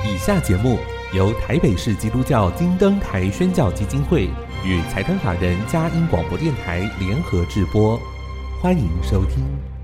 以下节目由台北市基督教金灯台宣教基金会与财团法人佳音广播电台联合制播，欢迎收听。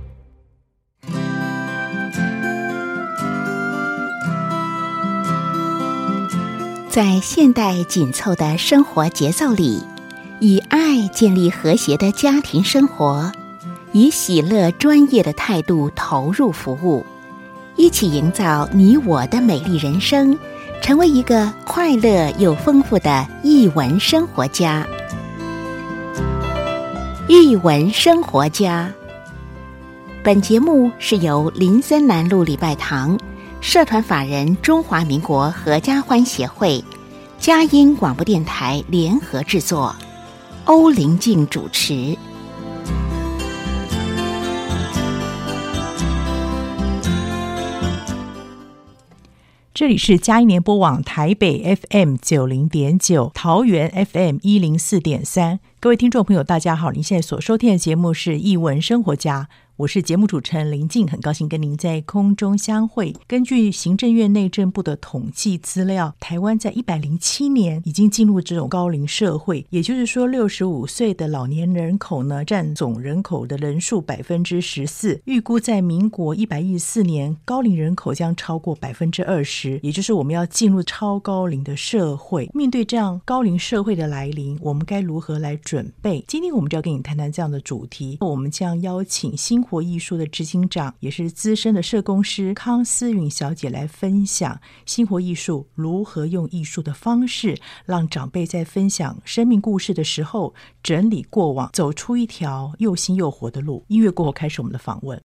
在现代紧凑的生活节奏里，以爱建立和谐的家庭生活，以喜乐专业的态度投入服务，一起营造你我的美丽人生，成为一个快乐又丰富的艺文生活家。艺文生活家，本节目是由林森南路礼拜堂社团法人中华民国合家欢协会、佳音广播电台联合制作，欧玲静主持。 这里是佳音联播网台北 FM 90.9，桃园 FM 104.3。各位听众朋友大家好，您现在所收听的节目是艺文生活家，我是节目主持人林静，很高兴跟您在空中相会。根据行政院内政部的统计资料，台湾在107年已经进入这种高龄社会，也就是说65岁的老年人口呢，占总人口的人数 14%， 预估在民国114年高龄人口将超过 20%， 也就是我们要进入超高龄的社会。面对这样高龄社会的来临，我们该如何来准备？今天我们就要跟你谈谈这样的主题。我们将邀请新活艺术的执行长，也是资深的社工师康思允小姐来分享新活艺术如何用艺术的方式，让长辈在分享生命故事的时候整理过往，走出一条又新又活的路。音乐过后开始我们的访问。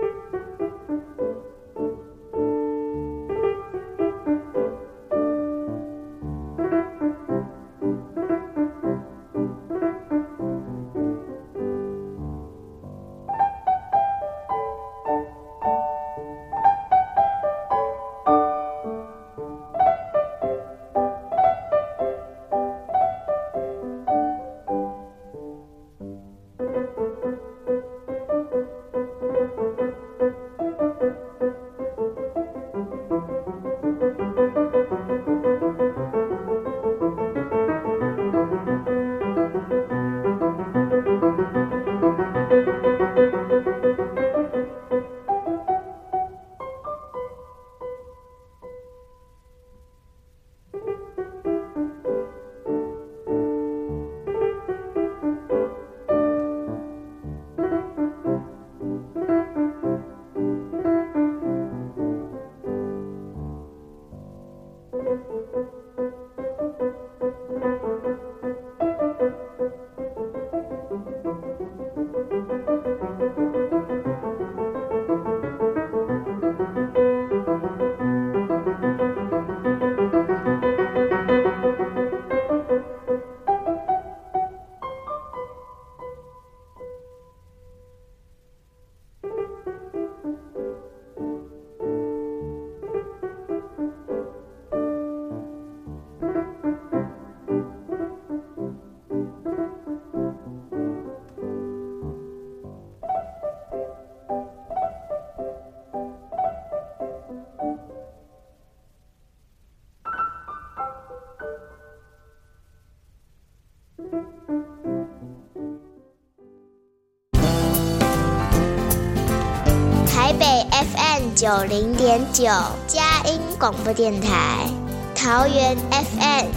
台北 FM 90.9佳音广播电台，桃园 FM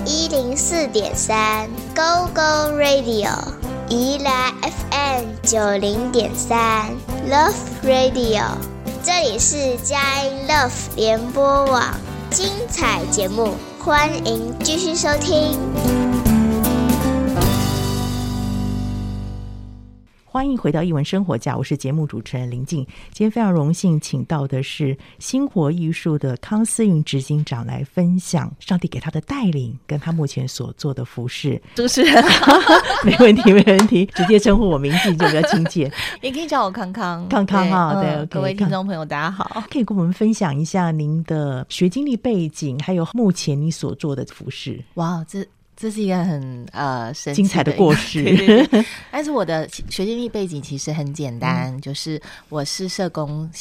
104.3 Go Go Radio， 宜兰 FM 90.3 Love Radio。这里是佳音 Love 联播网，精彩节目，欢迎继续收听。 欢迎回到艺文生活家，我是节目主持人林静。今天非常荣幸请到的是新活艺术的康思允执行长来分享上帝给他的带领跟他目前所做的服事。 主持人没问题没问题，直接称呼我名字就比较亲切。 也可以叫我康康。 康康啊，对、 各位听众朋友大家好。 可以跟我们分享一下您的学经历背景，还有目前你所做的服事。 哇，这是一个很神奇的精彩的过事。 对对对。但是我的学经历背景其实很简单，就是我是社工系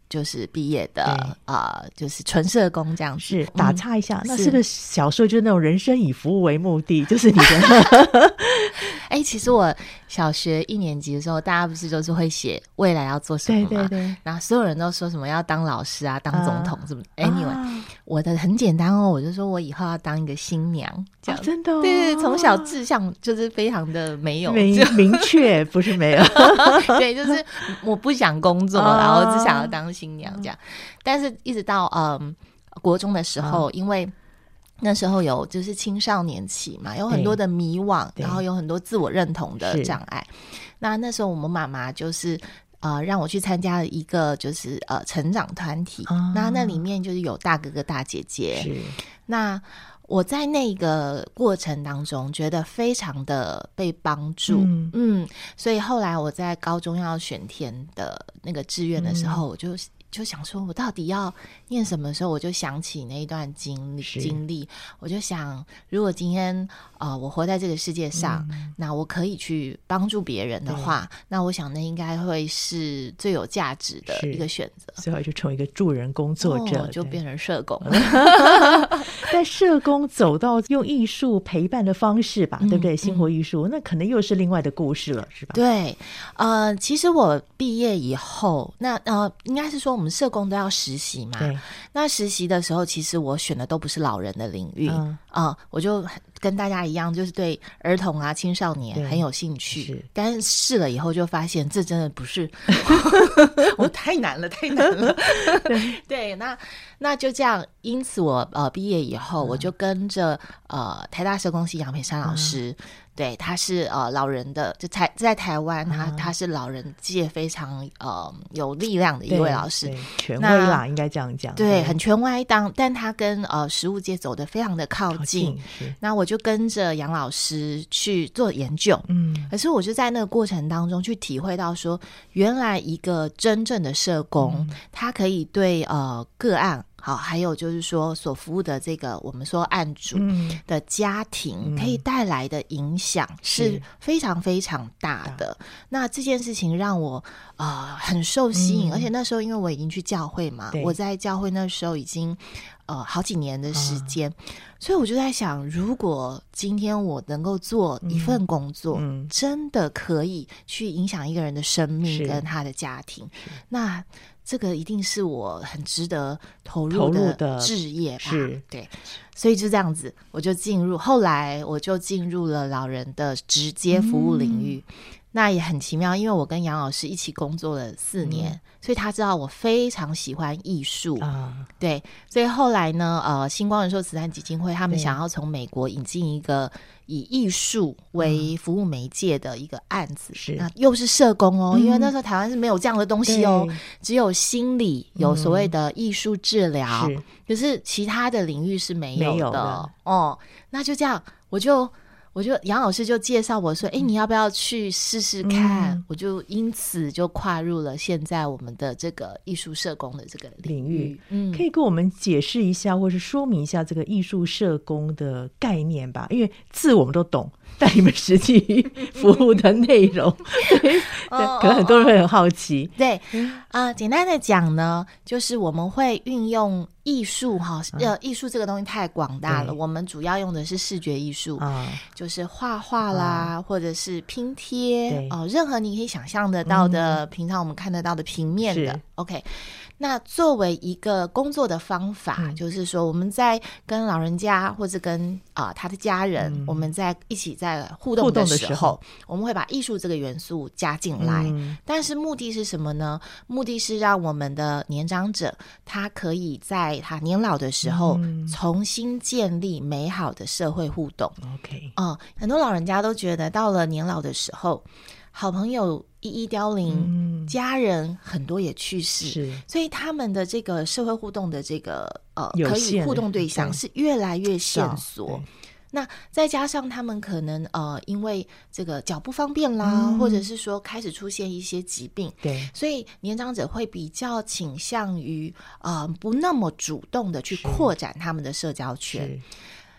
就是毕业的就是纯社工这样子。 是打岔一下，那是不是小时候就是那种人生以服务为目的，就是你的其实我小学1年级的时候，大家不是就是会写未来要做什么嘛？对，然后所有人都说什么要当老师啊，当总统什么anyway，我的很简单哦，我就说我以后要当一个新娘，这样真的哦， 对，从小志向就是非常的没有明确，不是没有， 对，就是我不想工作，然后只想要当新娘这样。但是一直到国中的时候，因为那时候有就是青少年期嘛，有很多的迷惘，然后有很多自我认同的障碍。那时候我们妈妈就是让我去参加了一个就是成长团体，那里面就是有大哥哥大姐姐。是，那我在那个过程当中觉得非常的被帮助，所以后来我在高中要选填的那个志愿的时候，我就想说我到底要念什么的时候，我就想起那一段经历，我就想如果今天我活在这个世界上，那我可以去帮助别人的话，那我想那应该会是最有价值的一个选择， 最后就成为一个助人工作者， 就变成社工但社工走到用艺术陪伴的方式吧，对不对？sinh活艺术那可能又是另外的故事了，是吧？ 对，其实我毕业以后，那应该是说我们社工都要实习嘛，对，那实习的时候其实我选的都不是老人的领域，我就跟大家一样，就是对儿童啊青少年很有兴趣，但是试了以后就发现这真的不是我太难了对，那就这样，因此我毕业以后，我就跟着台大社工系杨培山老师，对，他是老人的，就在台湾，他是老人界非常有力量的一位老师， 权威啦，应该这样讲， 对，很权威，但他跟实务界走得非常的靠近。那我就跟着杨老师去做研究，可是我就在那个过程当中去体会到说，原来一个真正的社工，他可以对个案。好，还有就是说所服务的这个我们说案主的家庭可以带来的影响是非常非常大的。那这件事情让我很受吸引，而且那时候因为我已经去教会嘛，我在教会那时候已经好几年的时间，所以我就在想，如果今天我能够做一份工作，真的可以去影响一个人的生命跟他的家庭，那这个一定是我很值得投入的志业吧，是，对，所以就这样子，我就后来我就进入了老人的直接服务领域。那也很奇妙，因为我跟杨老师一起工作了4年，所以他知道我非常喜欢艺术，对，所以后来呢，星光人寿慈善基金会他们想要从美国引进一个以艺术为服务媒介的一个案子，那又是社工哦，因为那时候台湾是没有这样的东西哦，只有心理有所谓的艺术治疗，可是其他的领域是没有的哦。那就这样，我就杨老师就介绍我说，你要不要去试试看？我就因此就跨入了现在我们的这个艺术社工的这个领域。 可以跟我们解释一下或是说明一下这个艺术社工的概念吧，因为字我们都懂，但你们实际服务的内容可能很多人会很好奇。 对，简单的讲呢，就是我们会运用艺术艺术这个东西太广大了，我们主要用的是视觉艺术，就是画画啦，或者是拼贴，任何你可以想象得到的，平常我们看得到的平面的 OK。那作为一个工作的方法，就是说我们在跟老人家或者跟他的家人，我们在一起在互动的时候，我们会把艺术这个元素加进来，但是目的是什么呢？目的是让我们的年长者他可以在他年老的时候重新建立美好的社会互动。 OK， 很多老人家都觉得到了年老的时候，好朋友一一凋零，家人很多也去世，所以他们的这个社会互动的这个可以互动对象是越来越限缩。那再加上他们可能因为这个脚不方便啦，或者是说开始出现一些疾病，对，所以年长者会比较倾向于不那么主动的去扩展他们的社交圈。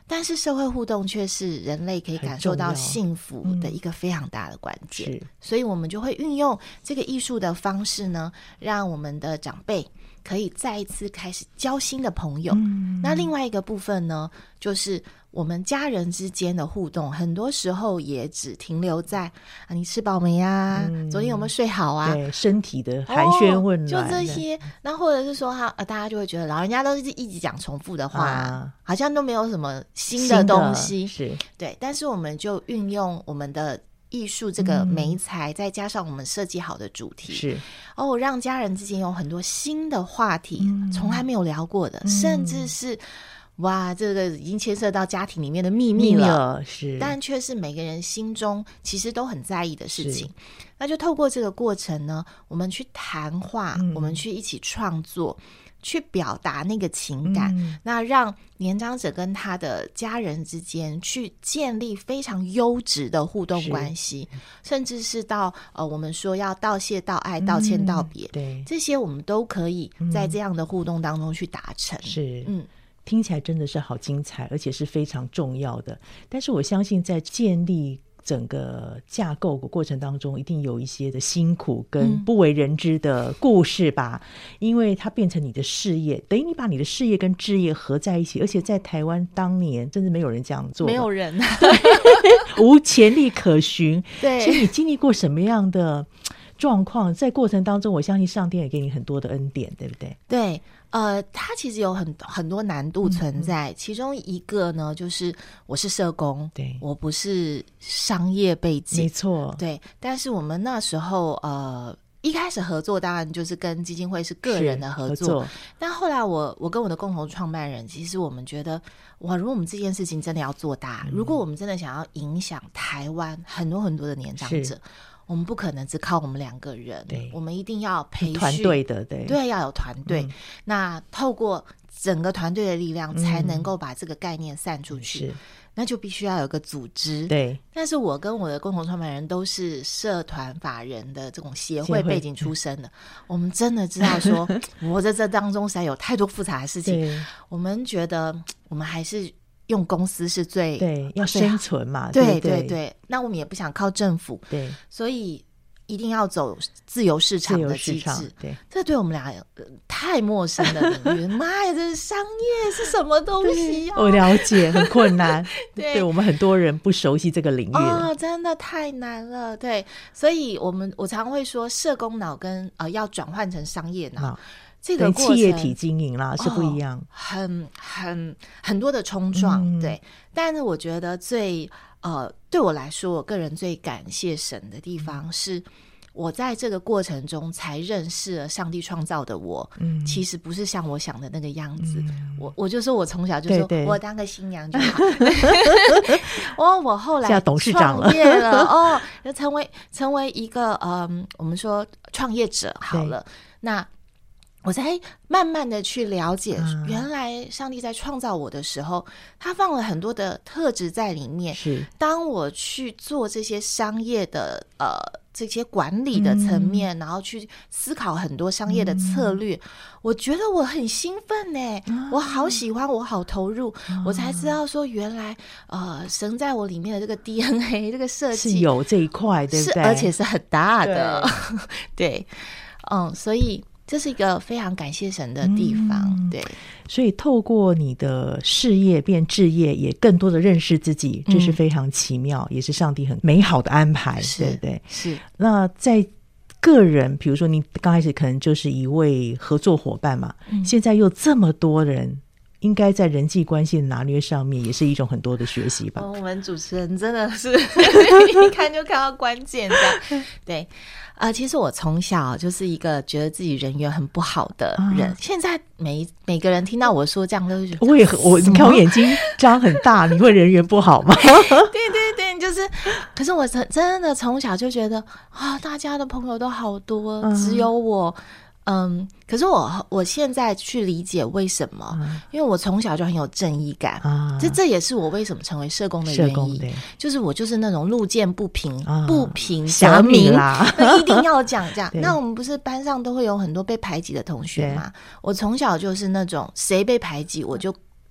但是社会互动却是人类可以感受到幸福的一个非常大的关键，所以我们就会运用这个艺术的方式呢，让我们的长辈可以再一次开始交心的朋友。那另外一个部分呢，就是我们家人之间的互动，很多时候也只停留在你吃饱没啊，昨天有没有睡好啊， 对，身体的寒暄问暖， 就这些。那或者是说大家就会觉得老人家都是一直讲重复的话，好像都没有什么新的东西，是对。但是我们就运用我们的艺术这个媒材，再加上我们设计好的主题，是让家人之间有很多新的话题，从来没有聊过的，甚至是哇，这个已经牵涉到家庭里面的秘密了，是，但却是每个人心中其实都很在意的事情。那就透过这个过程呢，我们去谈话，我们去一起创作，去表达那个情感，那让年长者跟他的家人之间去建立非常优质的互动关系，甚至是到我们说要道谢、道爱、道歉、道别，对，这些我们都可以在这样的互动当中去达成。是， 听起来真的是好精彩，而且是非常重要的。但是我相信在建立整个架构的过程当中，一定有一些的辛苦跟不为人知的故事吧，因为它变成你的事业，等于你把你的事业跟志业合在一起，而且在台湾当年真的没有人这样做， 没有人无前例可循。 对， 所以你经历过什么样的状况，在过程当中我相信上天也给你很多的恩典，对不对？ 对，它其实有很多难度存在，其中一个呢，就是我是社工，对，我不是商业背景， 没错， 对。但是我们那时候一开始合作当然就是跟基金会是个人的合作，但后来我跟我的共同创办人，其实我们觉得哇，如果我们这件事情真的要做大，如果我们真的想要影响台湾很多很多的年长者，我们不可能只靠我们2个人，我们一定要培训团队的， 对，要有团队。那透过整个团队的力量，才能够把这个概念散出去。那就必须要有个组织，对。但是我跟我的共同创办人都是社团法人的这种协会背景出身的，我们真的知道说，我在这当中实在有太多复杂的事情，我们觉得我们还是用公司是最对，要生存嘛， 对对对。那我们也不想靠政府，对，所以一定要走自由市场的机制。对，这对我们俩太陌生的领域。妈呀，这是商业是什么东西啊？ 我了解，很困难。对我们很多人不熟悉这个领域真的太难了。对，所以我常会说，社工脑跟要转换成商业脑。这个过程企业体经营啦是不一样， 很多的冲撞，对。但是我觉得对我来说，我个人最感谢神的地方是，我在这个过程中才认识了上帝创造的我，其实不是像我想的那个样子。我就说我从小就说我当个新娘就好。我后来董事长创业了就成为一个我们说创业者好了。那我才慢慢的去了解，原来上帝在创造我的时候，他放了很多的特质在里面。是，当我去做这些商业的这些管理的层面，然后去思考很多商业的策略，我觉得我很兴奋耶，我好喜欢，我好投入，我才知道说原来神在我里面的这个 DNA 这个设计是有这一块，对不对？ 而且是很大的，对，所以这是一个非常感谢神的地方，对。 所以透过你的事业变志业，也更多的认识自己，这是非常奇妙，也是上帝很美好的安排，对不对？ 是。 那在个人，比如说你刚开始可能就是一位合作伙伴嘛，现在又这么多人，应该在人际关系的拿捏上面也是一种很多的学习吧。 我们主持人真的是一看就看到关键这样。对，其实我从小就是一个觉得自己人缘很不好的人，现在每个人听到我说这样都会觉得你看我眼睛张很大，你会人缘不好吗？ 对对对，就是可是我真的从小就觉得大家的朋友都好多，只有我可是我现在去理解为什么，因为我从小就很有正义感，这也是我为什么成为社工的原因，就是我就是那种路见不平侠名啦， 一定要讲这样。那我们不是班上都会有很多被排挤的同学吗？我从小就是那种谁被排挤我就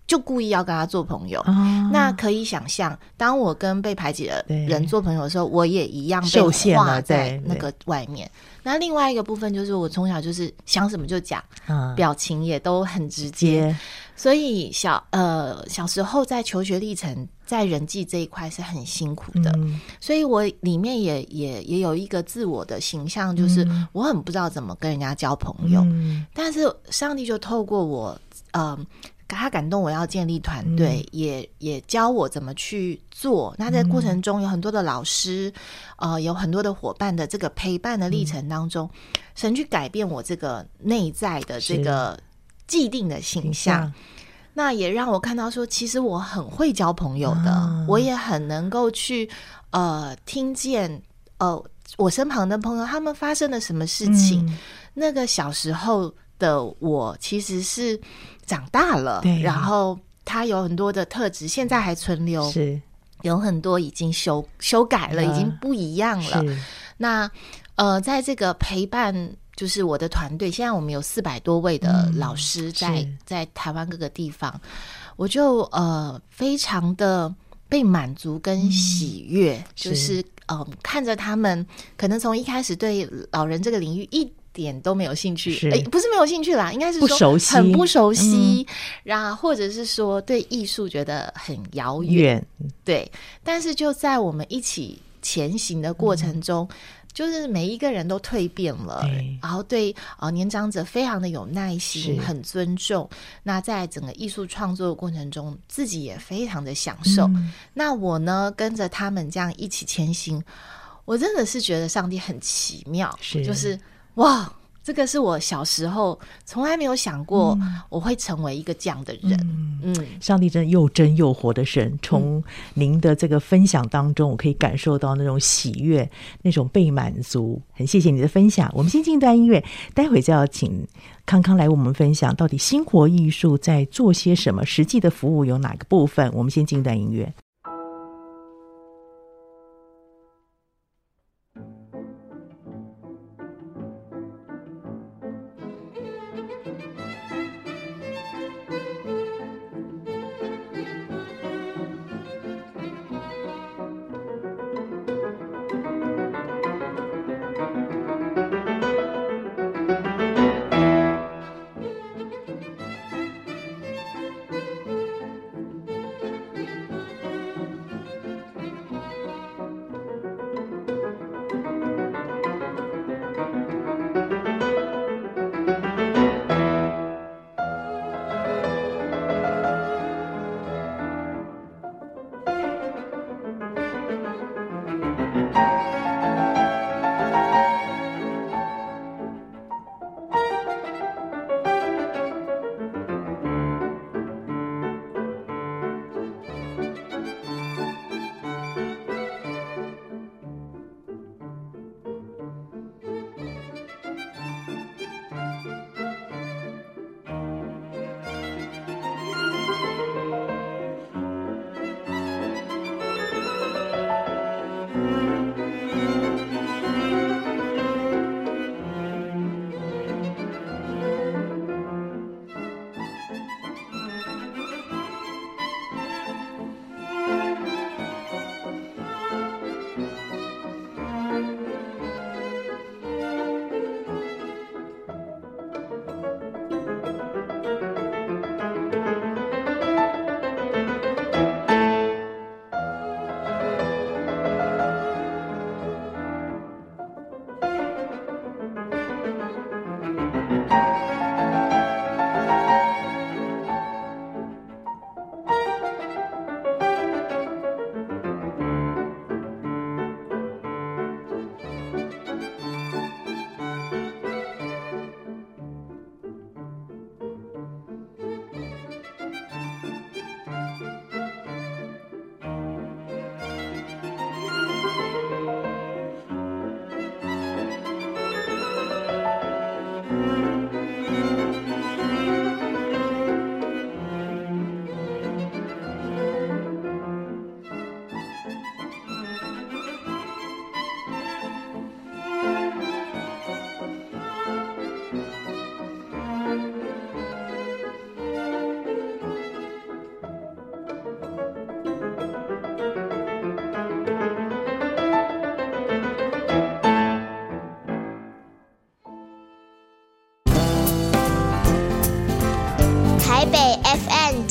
就故意要跟他做朋友。那可以想象，当我跟被排挤的人做朋友的时候，我也一样被划在那个外面。那另外一个部分就是我从小就是想什么就讲，表情也都很直接，所以小时候在求学历程，在人际这一块是很辛苦的，所以我里面也有一个自我的形象，就是我很不知道怎么跟人家交朋友，但是上帝就透过我他感动我要建立团队，也教我怎么去做。那在过程中有很多的老师，有很多的伙伴的这个陪伴的历程当中，神去改变我这个内在的这个既定的形象。那也让我看到说，其实我很会交朋友的，我也很能够去听见我身旁的朋友他们发生了什么事情。那个小时候的我其实是长大了，然后他有很多的特质现在还存留，是有很多已经修改了，已经不一样了。那在这个陪伴，就是我的团队，现在我们有400多位的老师在台湾各个地方，我就非常的被满足跟喜悦，就是看着他们可能从一开始对老人这个领域一点都没有兴趣，不是没有兴趣啦，应该是说很不熟悉，然后或者是说对艺术觉得很遥远，对，但是就在我们一起前行的过程中，就是每一个人都蜕变了，然后对年长者非常的有耐心，很尊重。那在整个艺术创作的过程中，自己也非常的享受。那我呢，跟着他们这样一起前行，我真的是觉得上帝很奇妙，就是哇，这个是我小时候从来没有想过我会成为一个这样的人。 上帝真又真又活的神，从您的这个分享当中，我可以感受到那种喜悦，那种被满足。很谢谢你的分享。我们先进一段音乐，待会就要请康康来为我们分享到底新活艺术在做些什么，实际的服务有哪个部分。我们先进一段音乐。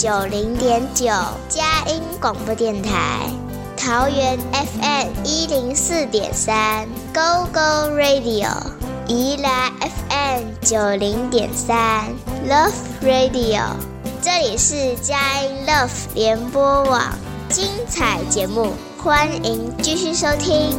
90.9佳音广播电台，桃园 FM 104.3 Go Go Radio， 宜兰 FM 90.3 Love Radio， 这里是佳音 Love 联播网，精彩节目欢迎继续收听。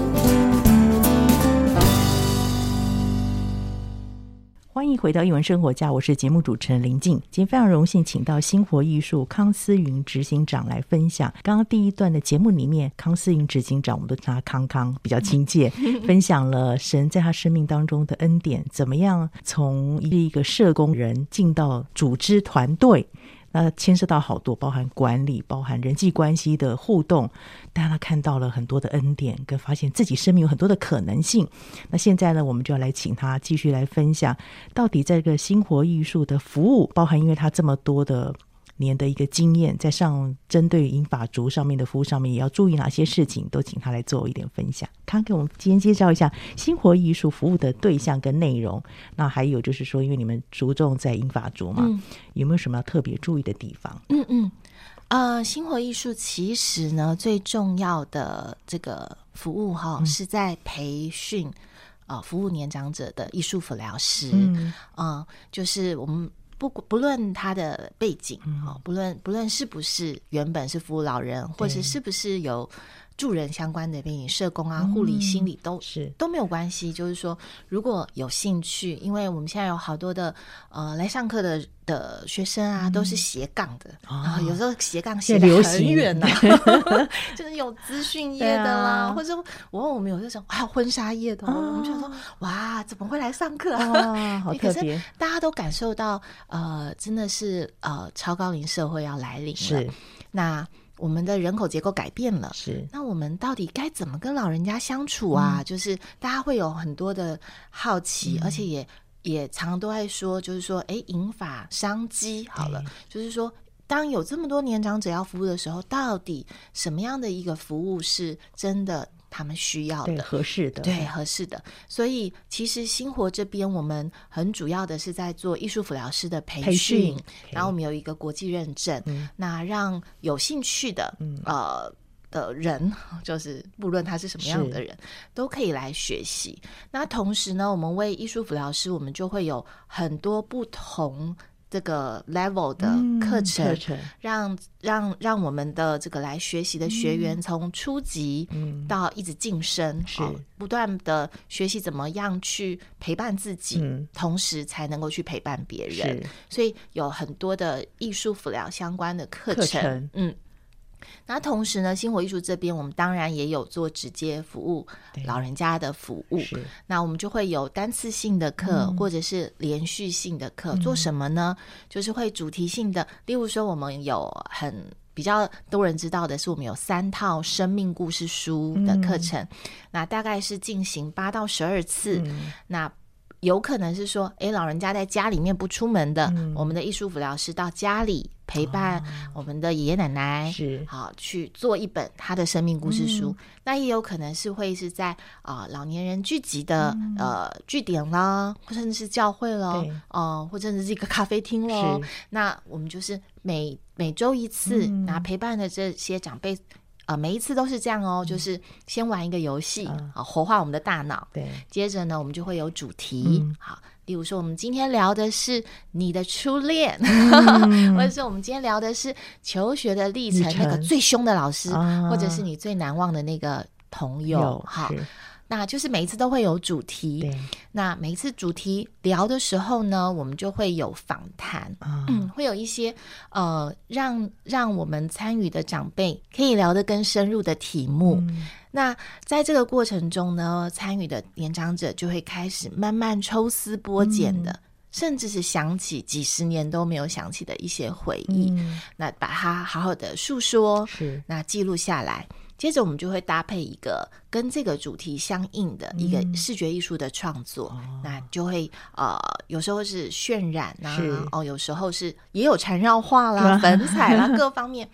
欢迎回到艺文生活家，我是节目主持人林静。今天非常荣幸请到新活艺术康思云执行长来分享。刚刚第一段的节目里面，康思云执行长我们都叫他康康，比较亲切，分享了神在他生命当中的恩典，怎么样从一个社工人进到组织团队，牵涉到好多，包含管理，包含人际关系的互动，但他看到了很多的恩典，跟发现自己生命有很多的可能性。那现在呢，我们就要来请他继续来分享，到底在这个新活艺术的服务，包含因为他这么多的年的一个经验，在针对银发族上面的服务上面也要注意哪些事情，都请他来做一点分享。看给我们今天介绍一下新活艺术服务的对象跟内容，那还有就是说因为你们着重在银发族嘛，有没有什么要特别注意的地方？ 新活艺术其实呢最重要的这个服务是在培训服务年长者的艺术辅疗师，就是我们不论他的背景，不论是不是原本是服务老人，或者是不是有助人相关的背景，社工啊、护理、心理都没有关系。就是说，如果有兴趣，因为我们现在有好多的来上课的学生啊，都是斜杠的，有时候斜杠斜得很远呐，就是有资讯业的啦，或者我们有这种还有婚纱业的，我们就说哇，怎么会来上课啊？ 好特别， 可是大家都感受到真的是超高龄社会要来临了。是，那我们的人口结构改变了，是，那我们到底该怎么跟老人家相处啊？就是大家会有很多的好奇，而且也常都在说，就是说银发商机好了，就是说当有这么多年长者要服务的时候，到底什么样的一个服务是真的他们需要的， 对，合适的， 对，合适的。所以其实新活这边我们很主要的是在做艺术辅疗师的培训，然后我们有一个国际认证，那让有兴趣的的人，就是不论他是什么样的人，都可以来学习。那同时呢，我们为艺术辅疗师，我们就会有很多不同这个 level 的课程，让我们的这个来学习的学员从初级到一直晋升，不断的学习怎么样去陪伴自己，同时才能够去陪伴别人。所以有很多的艺术辅疗相关的课程。那同时呢，新活艺术这边我们当然也有做直接服务老人家的服务，那我们就会有单次性的课，或者是连续性的课。做什么呢？就是会主题性的，例如说我们有比较多人知道的是，我们有3套生命故事书的课程，那大概是进行8到12次，那有可能是说老人家在家里面不出门的，我们的艺术辅疗师到家里陪伴我们的爷爷奶奶，好去做一本他的生命故事书。那也有可能是会是在老年人聚集的据点啦，或者是教会了，或者是一个咖啡厅了。那我们就是每周一次，那陪伴的这些长辈每一次都是这样就是先玩一个游戏，活化我们的大脑。对，接着呢，我们就会有主题，好，例如说我们今天聊的是你的初恋，或者是我们今天聊的是求学的历程，那个最凶的老师，或者是你最难忘的那个朋友，好。那就是每一次都会有主题，那每一次主题聊的时候呢，我们就会有访谈，会有一些让我们参与的长辈可以聊得更深入的题目。那在这个过程中呢，参与的年长者就会开始慢慢抽丝剥茧的，甚至是想起几十年都没有想起的一些回忆，那把它好好的述说，那记录下来。接着我们就会搭配一个跟这个主题相应的一个视觉艺术的创作，那就会有时候是渲染啊，有时候是也有缠绕画啦、粉彩啦各方面。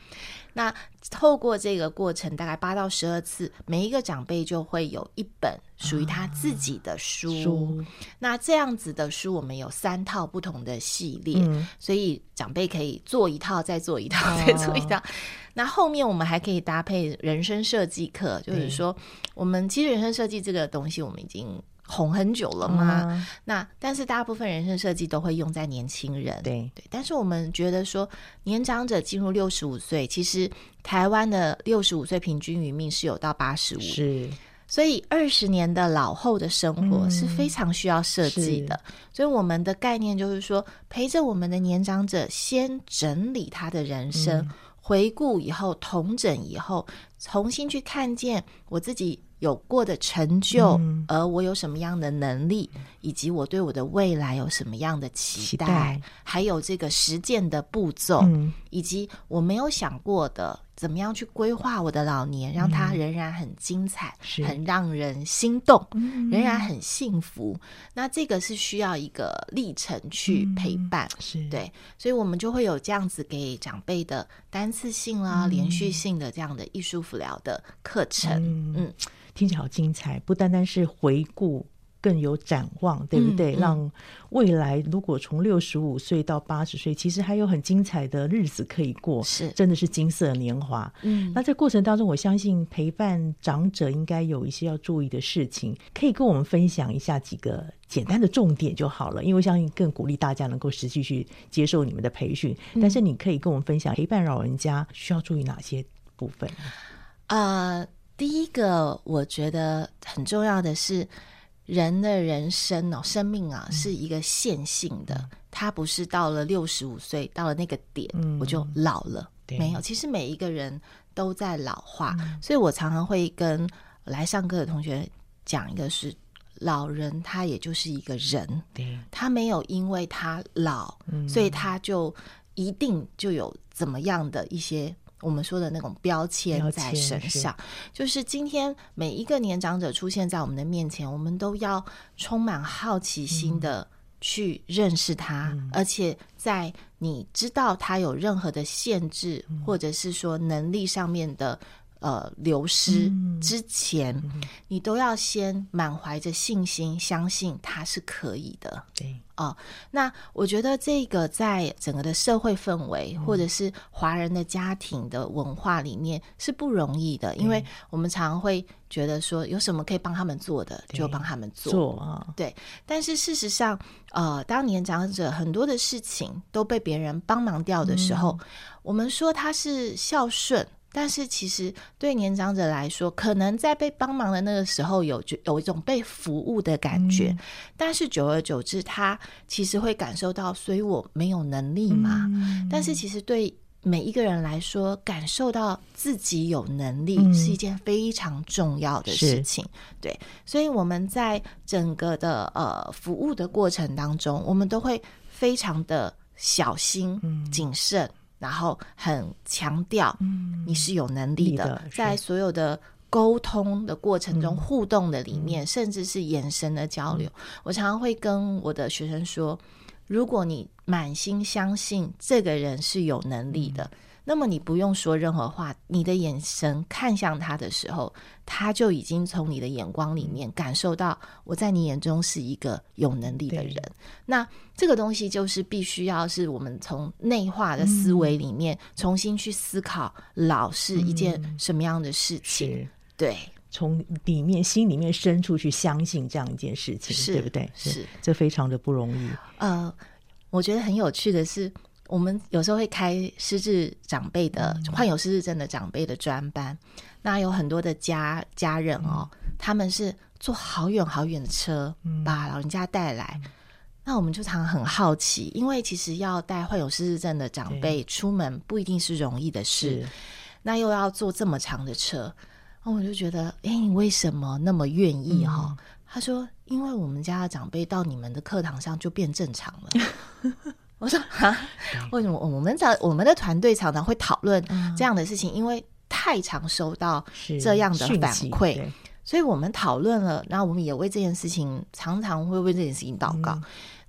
那透过这个过程大概8到12次，每一个长辈就会有一本属于他自己的书，那这样子的书我们有3套不同的系列，所以长辈可以做一套再做一套再做一套。那后面我们还可以搭配人生设计课，就是说我们其实人生设计这个东西我们已经红很久了嘛，那但是大部分人生设计都会用在年轻人，对，但是我们觉得说年长者进入65岁，其实台湾的65岁平均余命是有到85，是，所以20年的老后的生活是非常需要设计的，所以我们的概念就是说陪着我们的年长者先整理他的人生，回顾以后统整以后，重新去看见我自己有过的成就，而我有什么样的能力，以及我对我的未来有什么样的期待，还有这个实践的步骤，以及我没有想过的怎么样去规划我的老年，让它仍然很精彩，很让人心动，仍然很幸福。那这个是需要一个历程去陪伴，对，所以我们就会有这样子给长辈的单次性啦、连续性的这样的艺术辅疗的课程。 听起来好精彩，不单单是回顾，更有展望，对不对？让未来如果从65岁到80岁，其实还有很精彩的日子可以过，是真的是金色年华。那在过程当中，我相信陪伴长者应该有一些要注意的事情，可以跟我们分享一下几个简单的重点就好了，因为我相信更鼓励大家能够实际去接受你们的培训。但是你可以跟我们分享陪伴老人家需要注意哪些部分？ 第一个我觉得很重要的是人的人生生命是一个线性的，它不是到了65岁到了那个点我就老了，没有，其实每一个人都在老化，所以我常常会跟来上课的同学讲一个是老人他也就是一个人，他没有因为他老所以他就一定就有怎么样的一些我们说的那种标签在身上，就是今天每一个年长者出现在我们的面前，我们都要充满好奇心的去认识他，而且在你知道他有任何的限制，或者是说能力上面的流失之前，你都要先满怀着信心，相信他是可以的。对，那我觉得这个在整个的社会氛围，或者是华人的家庭的文化里面是不容易的，因为我们常常会觉得说有什么可以帮他们做的就帮他们做，对。但是事实上当年长者很多的事情都被别人帮忙掉的时候，我们说他是孝顺，但是其实对年长者来说，可能在被帮忙的那个时候有一种被服务的感觉，但是久而久之他其实会感受到，所以我没有能力嘛，但是其实对每一个人来说，感受到自己有能力是一件非常重要的事情，对，所以我们在整个的服务的过程当中，我们都会非常的小心谨慎，然后很强调你是有能力的，在所有的沟通的过程中，互动的里面，甚至是眼神的交流，我常常会跟我的学生说，如果你满心相信这个人是有能力的，那么你不用说任何话，你的眼神看向他的时候，他就已经从你的眼光里面感受到我在你眼中是一个有能力的人。那这个东西就是必须要是我们从内化的思维里面重新去思考老是一件什么样的事情，对， 从里面心里面深处去相信这样一件事情，对不对？是，这非常的不容易。 我觉得很有趣的是，我们有时候会开失智长辈的患有失智症的长辈的专班，那有很多的家人他们是坐好远好远的车把老人家带来，那我们就常常很好奇，因为其实要带患有失智症的长辈出门不一定是容易的事，那又要坐这么长的车，我就觉得你为什么那么愿意他说因为我们家的长辈到你们的课堂上就变正常了我说为什么我们的团队常常会讨论这样的事情，因为太常收到这样的反馈，所以我们讨论了，然后我们也为这件事情常常会为这件事情祷告。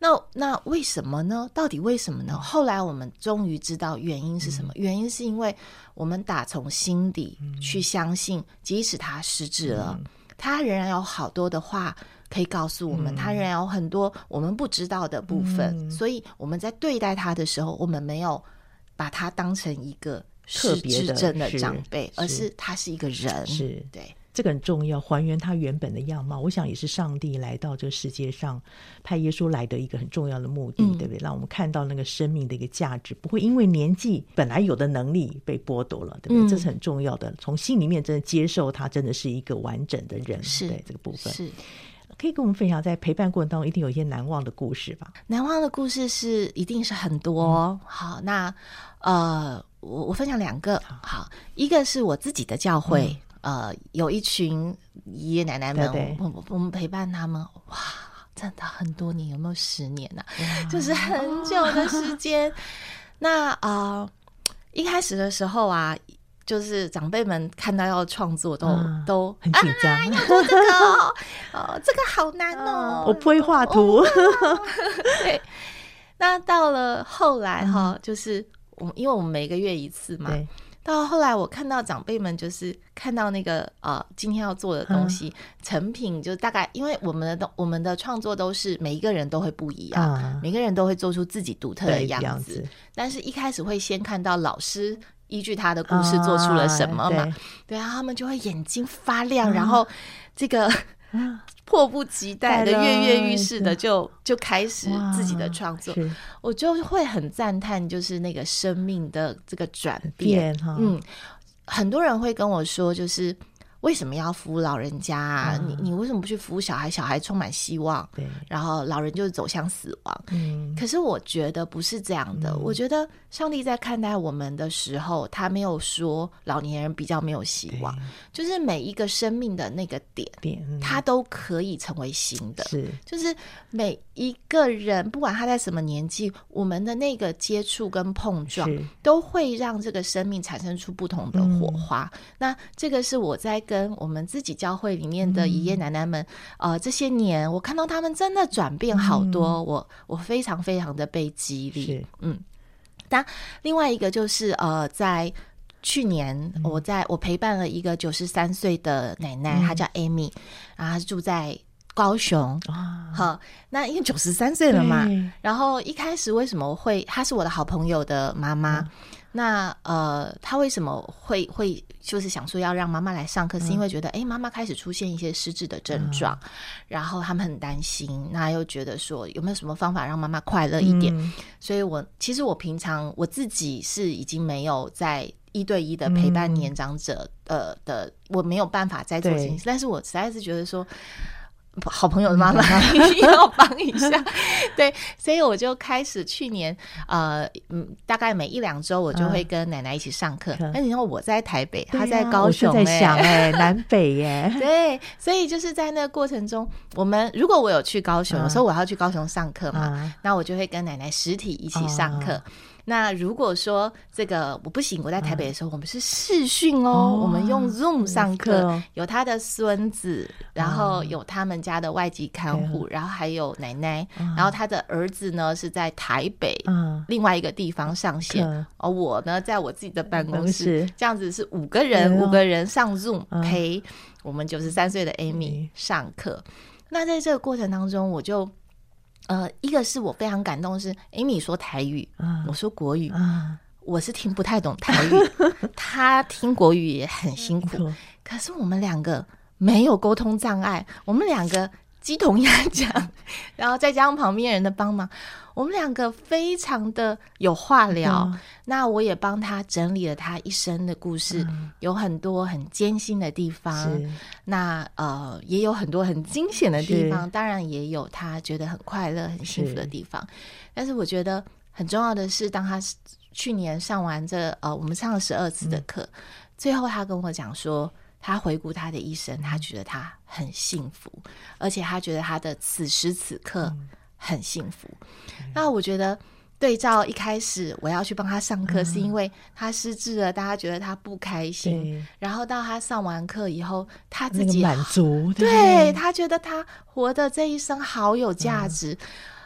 那为什么呢？到底为什么呢？后来我们终于知道原因是什么，原因是因为我们打从心底去相信，即使他失智了，他仍然有好多的话可以告诉我们，他仍然有很多我们不知道的部分，所以我们在对待他的时候，我们没有把他当成一个失智症的长辈，而是他是一个人。 是， 对， 这个很重要，还原他原本的样貌。我想也是上帝来到这个世界上派耶稣来的一个很重要的目的，对不对？让我们看到那个生命的一个价值，不会因为年纪本来有的能力被剥夺了，对不对？这是很重要的，从心里面真的接受他真的是一个完整的人， 是对这个部分。 是， 可以跟我们分享在陪伴过程当中一定有一些难忘的故事吧？ 难忘的故事一定是很多。好，那我分享2个。好，一个是我自己的教会，有一群爷爷奶奶们，对对，我们陪伴他们，哇，真的很多年，有没有10年啊？就是很久的时间。那一开始的时候啊，就是长辈们看到要创作都很紧张， 要做这个这个好难哦， 我不会画图。 对，那到了后来就是因为我们每个月一次嘛，到后来我看到长辈们就是看到那个今天要做的东西成品，就大概因为我们的创作都是每一个人都会不一样，每个人都会做出自己独特的样子，但是一开始会先看到老师依据他的故事做出了什么嘛，对啊，他们就会眼睛发亮，然后这个迫不及待的跃跃欲试的就开始自己的创作，我就会很赞叹，就是那个生命的这个转变。很多人会跟我说，就是为什么要服务老人家啊？你为什么不去服务小孩？小孩充满希望，然后老人就走向死亡。可是我觉得不是这样的。我觉得上帝在看待我们的时候，他没有说老年人比较没有希望，就是每一个生命的那个点，他都可以成为新的。就是每一个人，不管他在什么年纪，我们的那个接触跟碰撞，都会让这个生命产生出不同的火花。那这个是我在跟我们自己教会里面的爷爷奶奶们，这些年我看到他们真的转变好多，我非常非常的被激励。但另外一个就是在去年我陪伴了一个93岁的奶奶，她叫 Amy， 然后她住在高雄。好，那因为93岁了嘛，然后一开始为什么她是我的好朋友的妈妈，那她为什么会就是想说要让妈妈来上课，是因为觉得妈妈开始出现一些失智的症状，然后他们很担心，那又觉得说有没有什么方法让妈妈快乐一点，所以其实我平常我自己是已经没有在1对1的陪伴年长者的我没有办法再做这件事，但是我实在是觉得说好朋友的妈妈一定要帮一下。对，所以我就开始去年大概每1-2周我就会跟奶奶一起上课。那你看我在台北，她在高雄， 我就在想南北耶。 对，所以就是在那个过程中，如果我有去高雄，有时候我要去高雄上课嘛，那我就会跟奶奶实体一起上课。那如果说这个我不行，我在台北的时候，我们是视讯我们用 Zoom 上课，有他的孙子，然后有他们家的外籍看护，然后还有奶奶，然后他的儿子呢是在台北另外一个地方上线，我呢在我自己的办公室，这样子是5个人上 Zoom 陪我们93岁的 Amy 上课。那在这个过程当中，我就一个是我非常感动的是 Amy 说台语，我说国语，我是听不太懂台语，他听国语也很辛苦，可是我们2个没有沟通障碍，我们2个鸡同鸭讲，然后再加上旁边人的帮忙，我们2个非常的有话聊。那我也帮他整理了他一生的故事，有很多很艰辛的地方，那也有很多很惊险的地方，当然也有他觉得很快乐很幸福的地方。但是我觉得很重要的是，当他去年上完我们上了12次的课，最后他跟我讲说，他回顾他的一生，他觉得他很幸福，而且他觉得他的此时此刻很幸福。那我觉得对照一开始我要去帮他上课，是因为他失智了，大家觉得他不开心，然后到他上完课以后，他自己那个满足， 对，他觉得他活的这一生好有价值。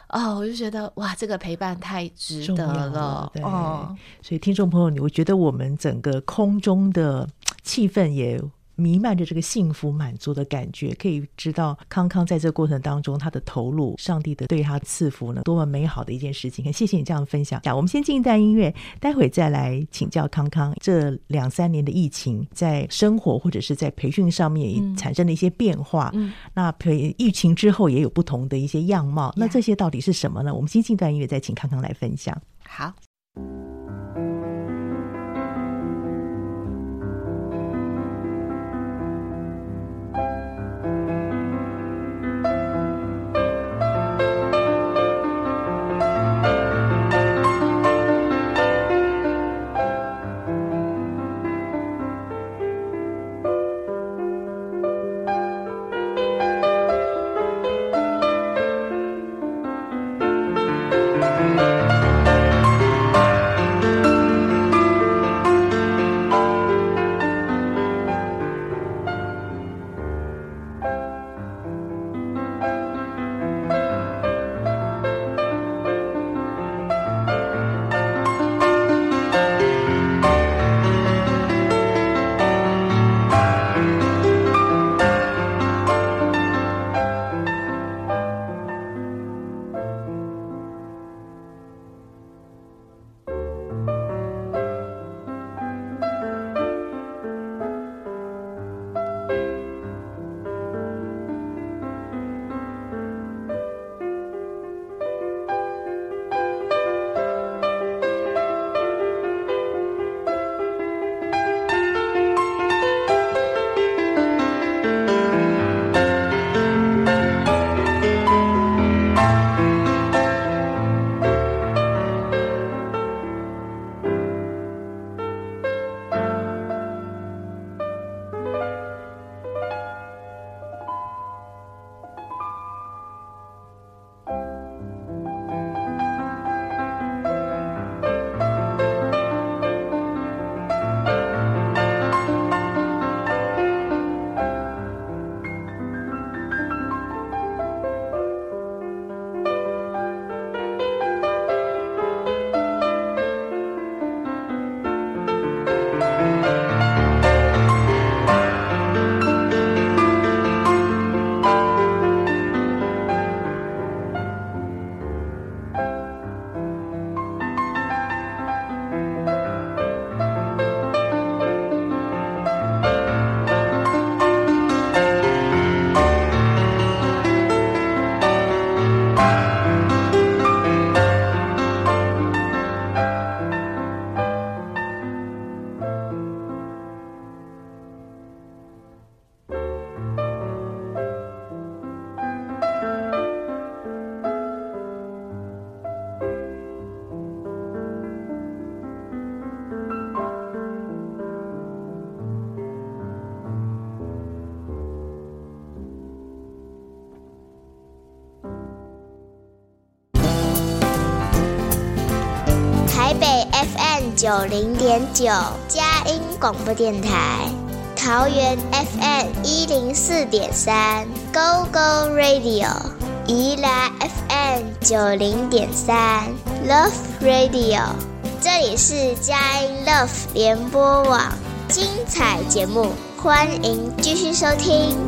我就觉得哇，这个陪伴太值得了。 对，所以听众朋友，我觉得我们整个空中的气氛也弥漫着这个幸福满足的感觉，可以知道康康在这个过程当中他的投入，上帝的对他赐福呢，多么美好的一件事情。谢谢你这样分享。我们先进一段音乐，待会再来请教康康，这2-3年的疫情在生活或者是在培训上面也产生了一些变化，那疫情之后也有不同的一些样貌，那这些到底是什么呢？我们先进一段音乐，再请康康来分享。 好。 台北 FM 90.9佳音广播电台，桃园 FM 104.3 Go Go Radio， 宜兰 FM 90.3 Love Radio， 这里是佳音 Love 联播网，精彩节目，欢迎继续收听。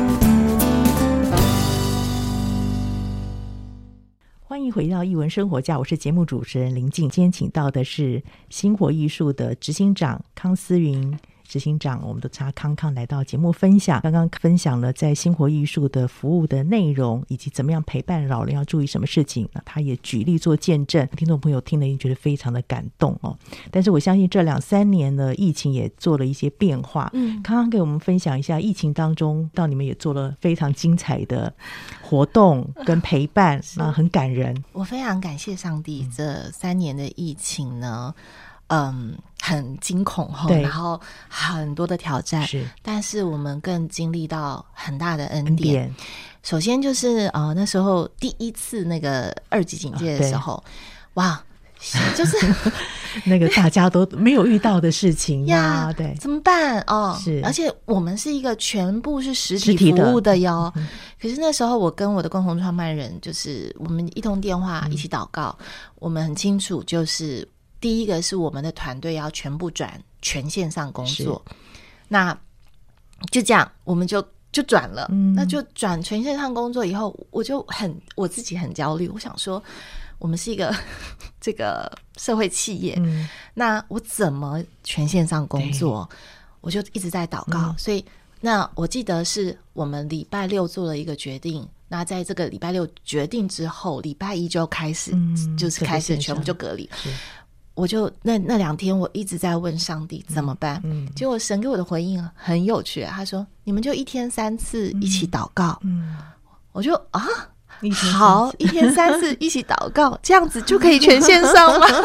欢迎回到艺文生活家，我是节目主持人林静。今天请到的是新活艺术的执行长康思云执行长，我们的康康来到节目分享，刚刚分享了在新活艺术的服务的内容，以及怎么样陪伴老人要注意什么事情。那他也举例做见证，听众朋友听了也觉得非常的感动哦。但是我相信这2-3年呢，疫情也做了一些变化。康康给我们分享一下，疫情当中到你们也做了非常精彩的活动跟陪伴，那很感人。 我非常感谢上帝，这3年的疫情呢，很惊恐然后很多的挑战，但是我们更经历到很大的恩典。首先就是那时候第一次那个2级警戒的时候，哇， 就是那个大家都没有遇到的事情呀，对， 怎么办哦？ 是， 而且我们是一个全部是实体服务的哟。可是那时候我跟我的共同创办人，就是我们一通电话一起祷告，我们很清楚，就是第一个是我们的团队要全部转全线上工作，那就这样我们就转了，那就转全线上工作以后，我自己很焦虑，我想说我们是一个这个社会企业，那我怎么全线上工作？我就一直在祷告，所以那我记得是我们礼拜六做了一个决定，那在这个礼拜六决定之后，礼拜一就开始，就是开始全部就隔离。我就那2天我一直在问上帝怎么办，结果神给我的回应很有趣，他说你们就1天3次一起祷告，我就好，1天3次一起祷告，这样子就可以全线上吗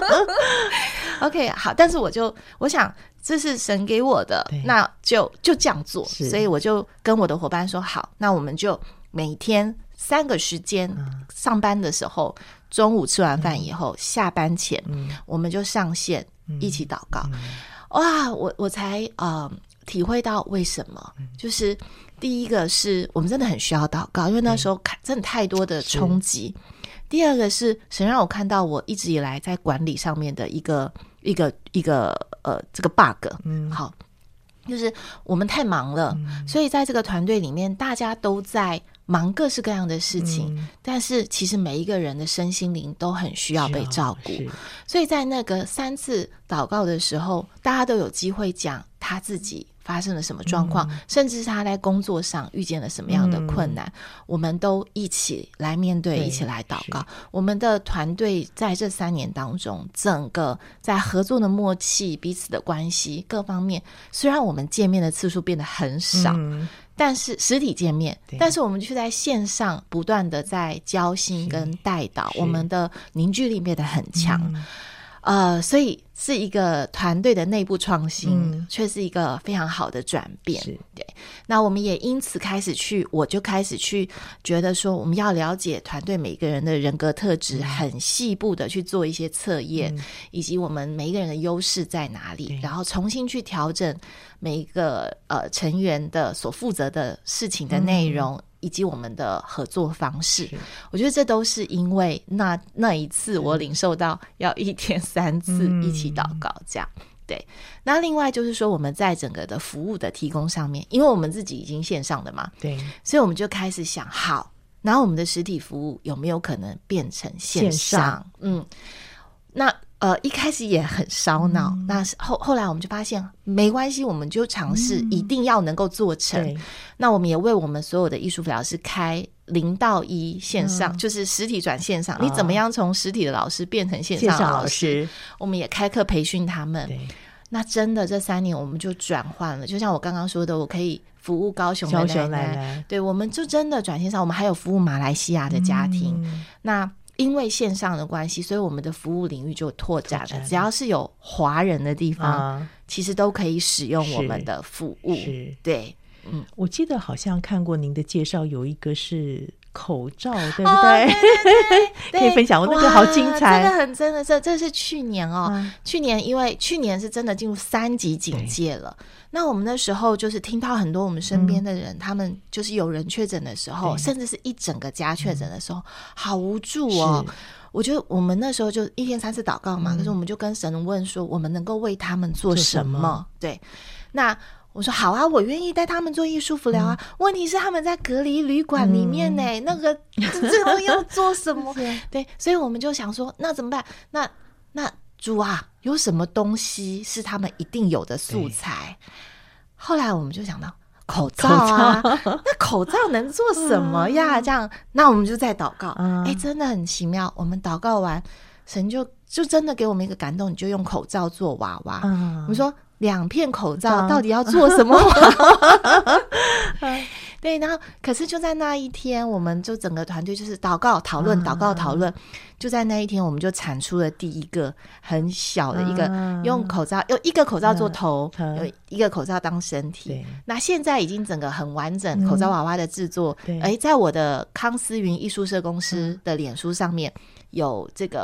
？OK， 好，但是我想这是神给我的，那就这样做，所以我就跟我的伙伴说，好，那我们就每天3个时间，上班的时候，中午吃完饭以后，下班前，我们就上线一起祷告。哇，我才体会到为什么，就是第一个是我们真的很需要祷告，因为那时候真的太多的冲击。第二个是神让我看到我一直以来在管理上面的一个这个 bug，好，就是我们太忙了，所以在这个团队里面，大家都在忙各式各样的事情，但是其实每一个人的身心灵都很需要被照顾，所以在那个3次祷告的时候，大家都有机会讲他自己发生了什么状况，甚至是他在工作上遇见了什么样的困难，我们都一起来面对，一起来祷告。我们的团队在这3年当中，整个在合作的默契、彼此的关系各方面，虽然我们见面的次数变得很少，但是实体见面，但是我们却在线上不断的在交心跟带导，我们的凝聚力变得很强。所以是一个团队的内部创新，却是一个非常好的转变。对，那我们也因此我就开始去觉得说，我们要了解团队每个人的人格特质，很细部的去做一些测验，以及我们每一个人的优势在哪里，然后重新去调整每一个成员的所负责的事情的内容。以及我们的合作方式，我觉得这都是因为那一次我领受到要1天3次一起祷告这样。对，那另外就是说我们在整个的服务的提供上面，因为我们自己已经线上的嘛，对，所以我们就开始想，好，然后我们的实体服务有没有可能变成线上？那一开始也很烧脑，那后来我们就发现没关系，我们就尝试一定要能够做成。那我们也为我们所有的艺术辅导师开0到1线上，就是实体转线上，你怎么样从实体的老师变成线上老师，我们也开课培训他们。那真的这3年我们就转换了，就像我刚刚说的，我可以服务高雄的奶奶，对，我们就真的转线上，我们还有服务马来西亚的家庭。那因为线上的关系，所以我们的服务领域就拓展了，只要是有华人的地方，其实都可以使用我们的服务。对， 我记得好像看过您的介绍，有一个是口罩，对不对？对，可以分享，我那个好精彩， 这个很真的，这是去年去年因为去年是真的进入3级警戒了。那我们那时候就是听到很多我们身边的人，他们就是有人确诊的时候，甚至是一整个家确诊的时候，好无助哦。我觉得我们那时候就1天3次祷告嘛，可是我们就跟神问说，我们能够为他们做什么？对，那我说好啊，我愿意带他们做艺术辅疗啊。问题是他们在隔离旅馆里面呢，那个这个要做什么？对，所以我们就想说，那怎么办？那主啊，有什么东西是他们一定有的素材？后来我们就想到口罩啊，那口罩能做什么呀？这样，那我们就在祷告。真的很奇妙。我们祷告完，神就真的给我们一个感动，你就用口罩做娃娃。我们说2片口罩到底要做什么娃娃？对，然后可是就在那一天，我们就整个团队就是祷告讨论，就在那一天，我们就产出了第一个很小的一个，用一个口罩做头，有一个口罩当身体。那现在已经整个很完整，口罩娃娃的制作，在我的康思云艺术社公司的脸书上面有这个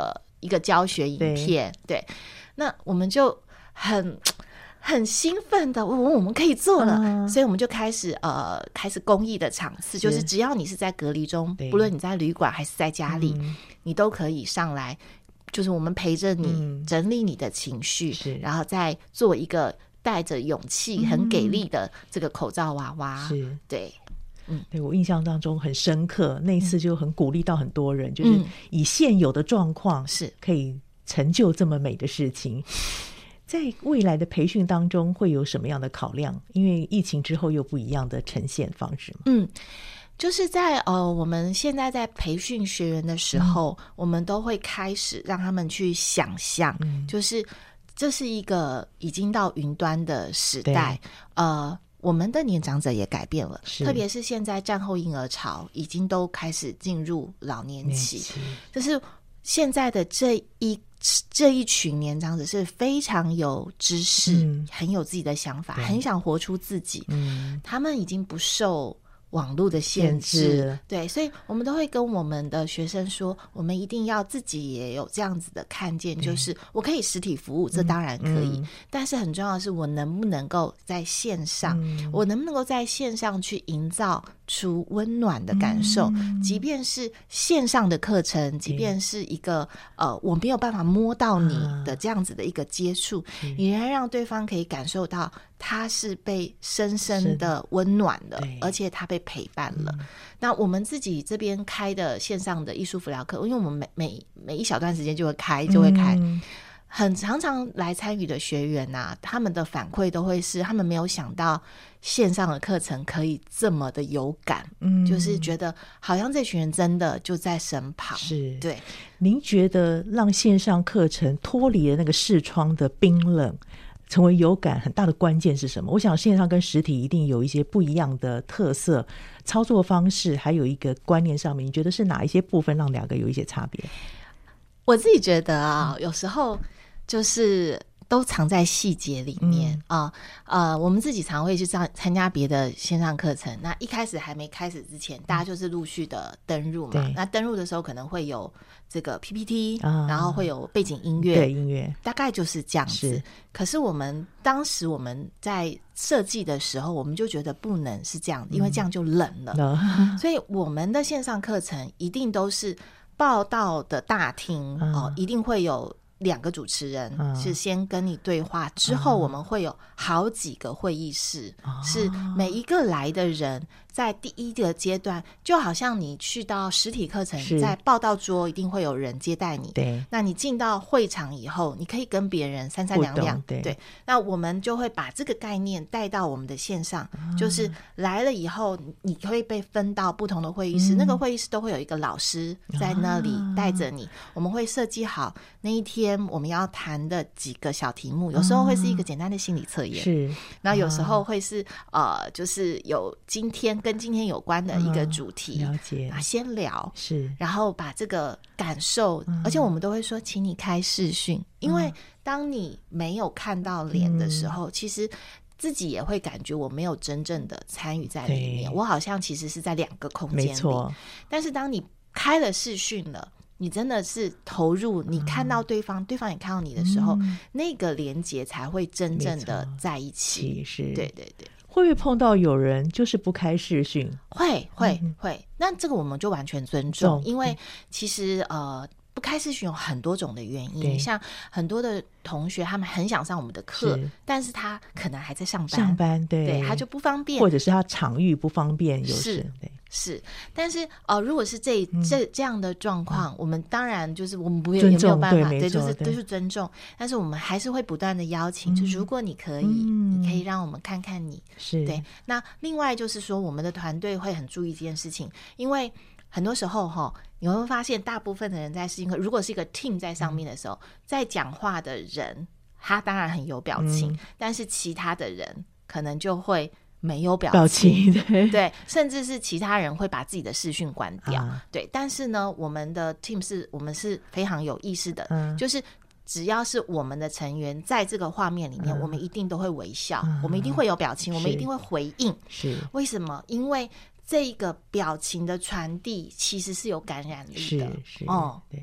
一个教学影片， 对，那我们就很兴奋的，我们可以做了，所以我们就开始公益的场次，就是只要你是在隔离中，不论你在旅馆还是在家里，你都可以上来，就是我们陪着你整理你的情绪，然后再做一个带着勇气很给力的这个口罩娃娃，是，对。 对，我印象当中很深刻，那一次就很鼓励到很多人，就是以现有的状况是可以成就这么美的事情。在未来的培训当中会有什么样的考量？因为疫情之后又不一样的呈现方式嘛。 就是在我们现在在培训学员的时候，我们都会开始让他们去想象，就是这是一个已经到云端的时代，我们的年长者也改变了，特别是现在战后婴儿潮已经都开始进入老年期，就是现在的这一群年长者是非常有知识，很有自己的想法，很想活出自己，他们已经不受网络的限制，对，所以我们都会跟我们的学生说，我们一定要自己也有这样子的看见，就是我可以实体服务，这当然可以，但是很重要的是我能不能够在线上，我能不能够在线上去营造出温暖的感受，即便是线上的课程，即便是一个我没有办法摸到你的这样子的一个接触，你仍然让对方可以感受到他是被深深的温暖的，而且他被陪伴了。那我们自己这边开的线上的艺术辅疗课，因为我们每一小段时间就会开，很常常来参与的学员啊，他们的反馈都会是他们没有想到线上的课程可以这么的有感，就是觉得好像这群人真的就在身旁。是，对。 您觉得让线上课程脱离了那个视窗的冰冷，成为有感很大的关键是什么？我想线上跟实体一定有一些不一样的特色，操作方式还有一个观念上面，你觉得是哪一些部分让两个有一些差别？ 我自己觉得啊，有时候就是都藏在细节里面我们自己常会去参加别的线上课程，那一开始还没开始之前，大家就是陆续的登入嘛，那登入的时候可能会有这个 PPT，然后会有背景音乐，对，音乐大概就是这样子。可是当时我们在设计的时候，我们就觉得不能是这样，因为这样就冷了，所以我们的线上课程一定都是报道的大厅一定会有2个主持人是先跟你对话，之后我们会有好几个会议室，是每一个来的人在第一个阶段，就好像你去到实体课程，在报道桌一定会有人接待你，对，那你进到会场以后，你可以跟别人三三两两，对，那我们就会把这个概念带到我们的线上，就是来了以后，你会被分到不同的会议室，那个会议室都会有一个老师在那里带着你，我们会设计好那一天我们要谈的几个小题目，有时候会是一个简单的心理测验，是，然后有时候会是就是有跟今天有关的一个主题，了解，先聊，是，然后把这个感受，而且我们都会说，请你开视讯，因为当你没有看到脸的时候，其实自己也会感觉我没有真正的参与在里面，我好像其实是在2个空间里，没错。但是当你开了视讯了，你真的是投入，你看到对方，对方也看到你的时候，那个连结才会真正的在一起。是，对对对。 会不会碰到有人就是不开视讯？ 会，那这个我们就完全尊重，因为其实不开视讯有很多种的原因，像很多的同学他们很想上我们的课，但是他可能还在上班，对，他就不方便， 或者是他场域不方便，有时是，但是如果是这样的状况，我们当然就是我们也没有办法，对，就是尊重，但是我们还是会不断的邀请，就是如果你可以，你可以让我们看看你，是，对。那另外就是说，我们的团队会很注意这件事情，因为很多时候你会发现大部分的人在视讯课，如果是一个 team 在上面的时候，在讲话的人他当然很有表情，但是其他的人可能就会没有表情，对，甚至是其他人会把自己的视讯关掉，对。但是呢，我们的 team 我们是非常有意识的，就是只要是我们的成员在这个画面里面，我们一定都会微笑，我们一定会有表情，我们一定会回应。是为什么？因为这个表情的传递其实是有感染力的， 是，对。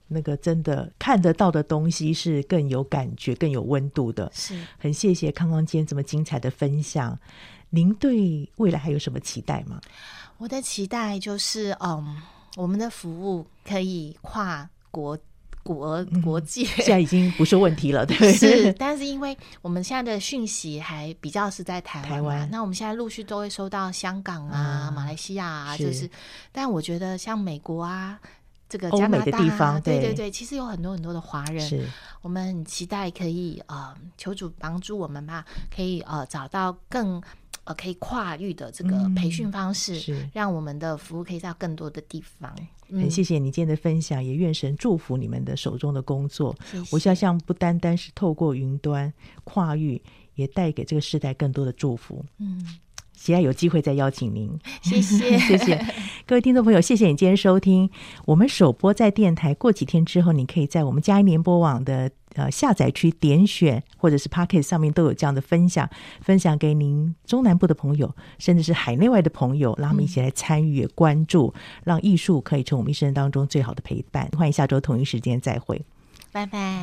那个真的看得到的东西是更有感觉更有温度的。 是， 很谢谢康康今天这么精彩的分享。您对未来还有什么期待吗？ 我的期待就是我们的服务可以跨国际， 现在已经不是问题了，对， 是，但是因为我们现在的讯息还比较是在台湾，那我们现在陆续都会收到香港啊、马来西亚啊，但我觉得像美国啊，这个加拿大欧美的地方， 对，其实有很多很多的华人， 是我们很期待可以求主帮助我们吧，可以找到更可以跨域的这个培训方式，让我们的服务可以到更多的地方。 很谢谢你今天的分享，也愿神祝福你们的手中的工作。 谢谢。 我想象不单单是透过云端跨域，也带给这个时代更多的祝福。期待有机会再邀请您。 谢谢谢谢各位听众朋友，谢谢你今天收听我们首播在电台，过几天之后你可以在我们嘉义联播网的下载区点选，或者是 Podcast 上面都有这样的分享给您中南部的朋友，甚至是海内外的朋友，让他们一起来参与关注，让艺术可以成为我们一生当中最好的陪伴。欢迎下周同一时间再会， 拜拜。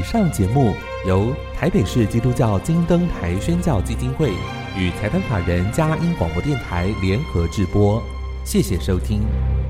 以上节目由台北市基督教金灯台宣教基金会与财团法人佳音广播电台联合制播，谢谢收听。